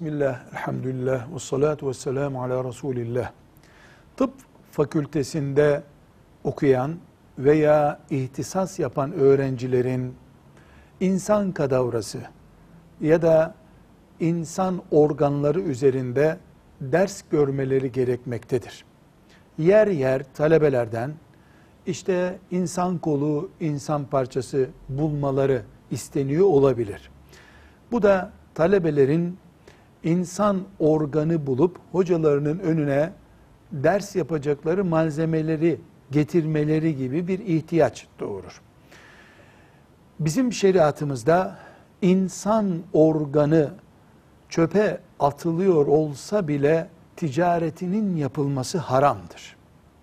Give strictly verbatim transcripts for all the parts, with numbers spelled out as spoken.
Bismillah, elhamdülillah, ve salatu ve selamu ala Resulillah. Tıp fakültesinde okuyan veya ihtisas yapan öğrencilerin insan kadavrası ya da insan organları üzerinde ders görmeleri gerekmektedir. Yer yer talebelerden işte insan kolu, insan parçası bulmaları isteniyor olabilir. Bu da talebelerin insan organı bulup hocalarının önüne ders yapacakları malzemeleri getirmeleri gibi bir ihtiyaç doğurur. Bizim şeriatımızda insan organı çöpe atılıyor olsa bile ticaretinin yapılması haramdır.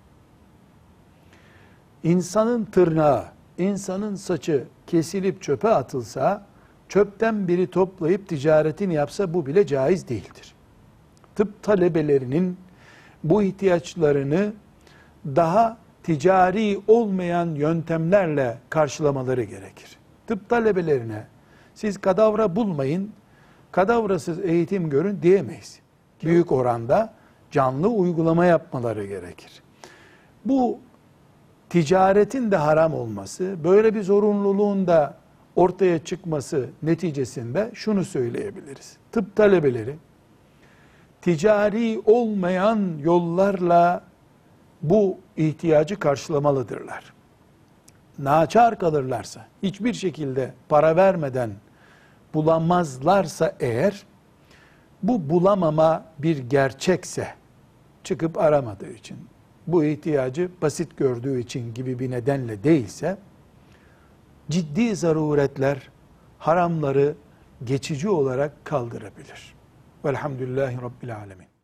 İnsanın tırnağı, insanın saçı kesilip çöpe atılsa, çöpten biri toplayıp ticaretini yapsa bu bile caiz değildir. Tıp talebelerinin bu ihtiyaçlarını daha ticari olmayan yöntemlerle karşılamaları gerekir. Tıp talebelerine siz kadavra bulmayın, kadavrasız eğitim görün diyemeyiz. Büyük oranda canlı uygulama yapmaları gerekir. Bu ticaretin de haram olması, böyle bir zorunluluğun da ortaya çıkması neticesinde şunu söyleyebiliriz. Tıp talebeleri ticari olmayan yollarla bu ihtiyacı karşılamalıdırlar. Naçar kalırlarsa, hiçbir şekilde para vermeden bulamazlarsa eğer, bu bulamama bir gerçekse, çıkıp aramadığı için, bu ihtiyacı basit gördüğü için gibi bir nedenle değilse, ciddi zaruretler haramları geçici olarak kaldırabilir. Velhamdülillahi Rabbil Alemin.